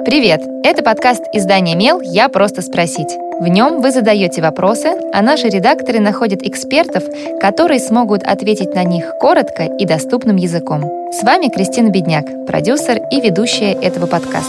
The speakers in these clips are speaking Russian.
Привет! Это подкаст издания «Мел. Я просто спросить». В нем вы задаете вопросы, а наши редакторы находят экспертов, которые смогут ответить на них коротко и доступным языком. С вами Кристина Бедняк, продюсер и ведущая этого подкаста.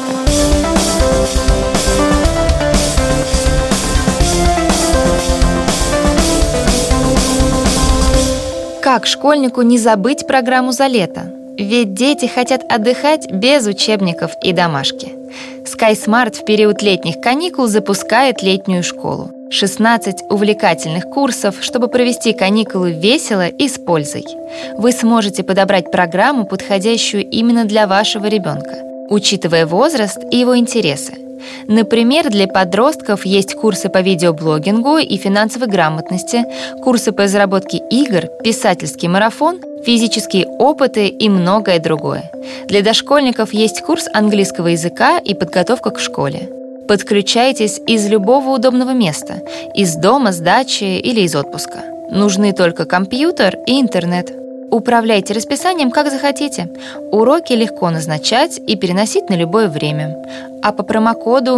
Как школьнику не забыть программу за лето? Ведь дети хотят отдыхать без учебников и домашки. SkySmart в период летних каникул запускает летнюю школу. 16 увлекательных курсов, чтобы провести каникулы весело и с пользой. Вы сможете подобрать программу, подходящую именно для вашего ребенка, учитывая возраст и его интересы. Например, для подростков есть курсы по видеоблогингу и финансовой грамотности, курсы по разработке игр, писательский марафон, физические опыты и многое другое. Для дошкольников есть курс английского языка и подготовка к школе. Подключайтесь из любого удобного места – из дома, с дачи или из отпуска. Нужны только компьютер и интернет. Управляйте расписанием, как захотите. Уроки легко назначать и переносить на любое время. А по промокоду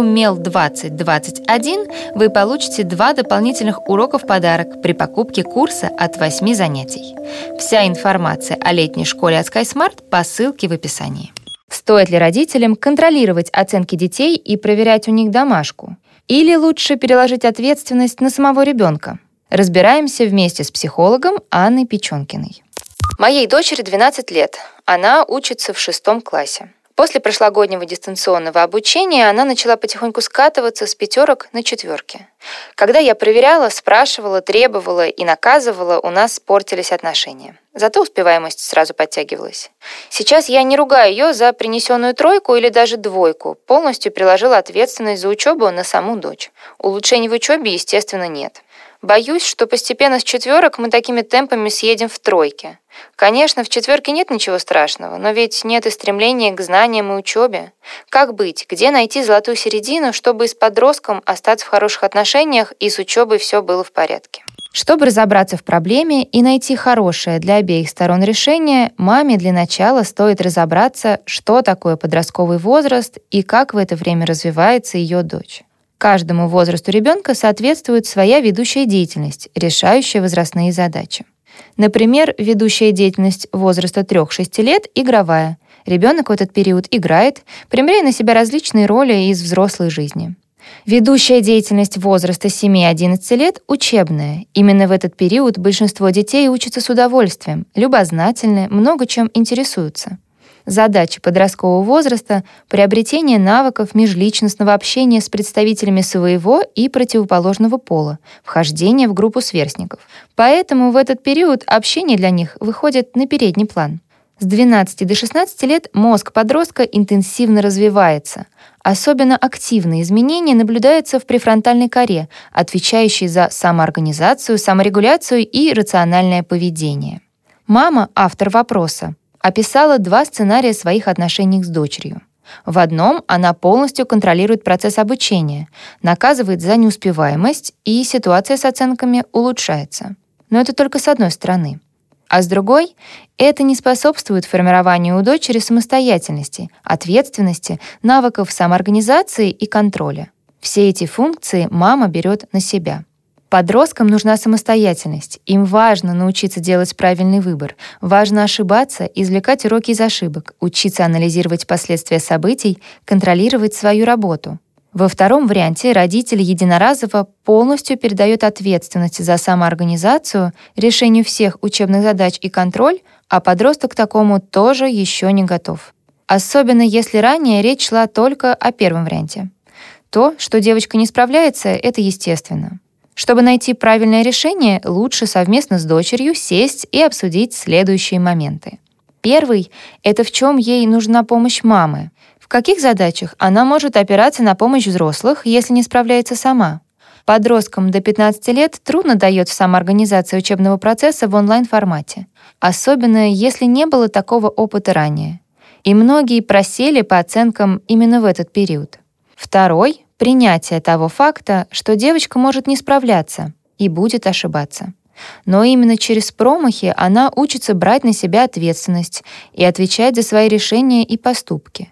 MEL2021 вы получите 2 дополнительных урока в подарок при покупке курса от 8 занятий. Вся информация о летней школе от SkySmart по ссылке в описании. Стоит ли родителям контролировать оценки детей и проверять у них домашку? Или лучше переложить ответственность на самого ребенка? Разбираемся вместе с психологом Анной Печенкиной. Моей дочери 12 лет. Она учится в 6 классе. После прошлогоднего дистанционного обучения она начала потихоньку скатываться с 5 на 4. Когда я проверяла, спрашивала, требовала и наказывала, у нас портились отношения. Зато успеваемость сразу подтягивалась. Сейчас я не ругаю ее за принесенную 3 или даже 2. Полностью переложила ответственность за учебу на саму дочь. Улучшений в учебе, естественно, нет. Боюсь, что постепенно с 4 мы такими темпами съедем в 3. Конечно, в 4 нет ничего страшного, но ведь нет и стремления к знаниям и учебе. Как быть? Где найти золотую середину, чтобы и с подростком остаться в хороших отношениях, и с учебой все было в порядке? Чтобы разобраться в проблеме и найти хорошее для обеих сторон решение, маме для начала стоит разобраться, что такое подростковый возраст и как в это время развивается ее дочь. Каждому возрасту ребенка соответствует своя ведущая деятельность, решающая возрастные задачи. Например, ведущая деятельность возраста 3-6 лет – игровая. Ребенок в этот период играет, примеряя на себя различные роли из взрослой жизни. Ведущая деятельность возраста 7-11 лет – учебная. Именно в этот период большинство детей учатся с удовольствием, любознательны, много чем интересуются. Задача подросткового возраста — приобретение навыков межличностного общения с представителями своего и противоположного пола, вхождение в группу сверстников. Поэтому в этот период общение для них выходит на передний план. С 12 до 16 лет мозг подростка интенсивно развивается. Особенно активные изменения наблюдаются в префронтальной коре, отвечающей за самоорганизацию, саморегуляцию и рациональное поведение. Мама, автор вопроса, описала 2 сценария своих отношений с дочерью. В одном она полностью контролирует процесс обучения, наказывает за неуспеваемость, и ситуация с оценками улучшается. Но это только с одной стороны. А с другой, это не способствует формированию у дочери самостоятельности, ответственности, навыков самоорганизации и контроля. Все эти функции мама берет на себя. Подросткам нужна самостоятельность. Им важно научиться делать правильный выбор. Важно ошибаться, извлекать уроки из ошибок, учиться анализировать последствия событий, контролировать свою работу. Во втором варианте родитель единоразово полностью передает ответственность за самоорганизацию, решению всех учебных задач и контроль, а подросток к такому тоже еще не готов. Особенно если ранее речь шла только о первом варианте. То, что девочка не справляется, это естественно. Чтобы найти правильное решение, лучше совместно с дочерью сесть и обсудить следующие моменты. Первый — это в чем ей нужна помощь мамы. В каких задачах она может опираться на помощь взрослых, если не справляется сама. Подросткам до 15 лет трудно дается самоорганизация учебного процесса в онлайн-формате, особенно если не было такого опыта ранее. И многие просели по оценкам именно в этот период. Второй — принятие того факта, что девочка может не справляться и будет ошибаться. Но именно через промахи она учится брать на себя ответственность и отвечать за свои решения и поступки.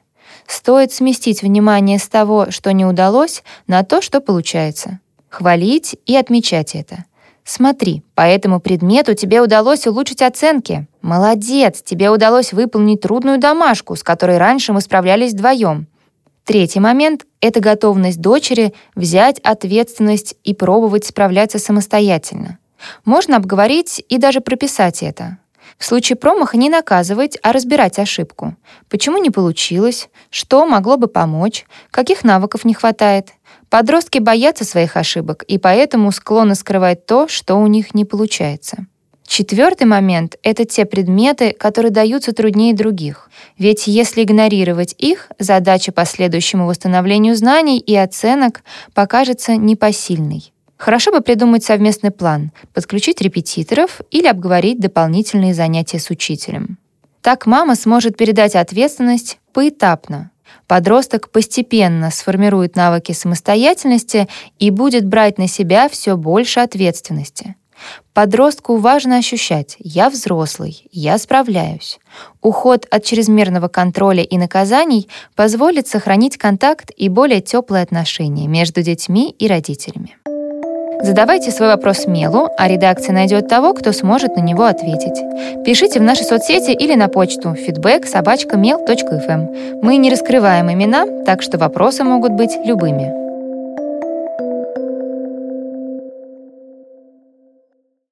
стоит сместить внимание с того, что не удалось, на то, что получается. Хвалить и отмечать это. Смотри, по этому предмету тебе удалось улучшить оценки. Молодец, тебе удалось выполнить трудную домашку, с которой раньше мы справлялись вдвоем. Третий момент — это готовность дочери взять ответственность и пробовать справляться самостоятельно. Можно обговорить и даже прописать это. В случае промаха не наказывать, а разбирать ошибку. Почему не получилось? Что могло бы помочь? Каких навыков не хватает? Подростки боятся своих ошибок и поэтому склонны скрывать то, что у них не получается. Четвертый момент — это те предметы, которые даются труднее других. Ведь если игнорировать их, задача по следующему восстановлению знаний и оценок покажется непосильной. Хорошо бы придумать совместный план, подключить репетиторов или обговорить дополнительные занятия с учителем. Так мама сможет передать ответственность поэтапно. Подросток постепенно сформирует навыки самостоятельности и будет брать на себя все больше ответственности. Подростку важно ощущать: «Я взрослый, я справляюсь». Уход от чрезмерного контроля и наказаний позволит сохранить контакт и более теплые отношения между детьми и родителями. Задавайте свой вопрос Мелу, а редакция найдет того, кто сможет на него ответить. Пишите в наши соцсети или на почту feedback@mel.fm. Мы не раскрываем имена, так что вопросы могут быть любыми.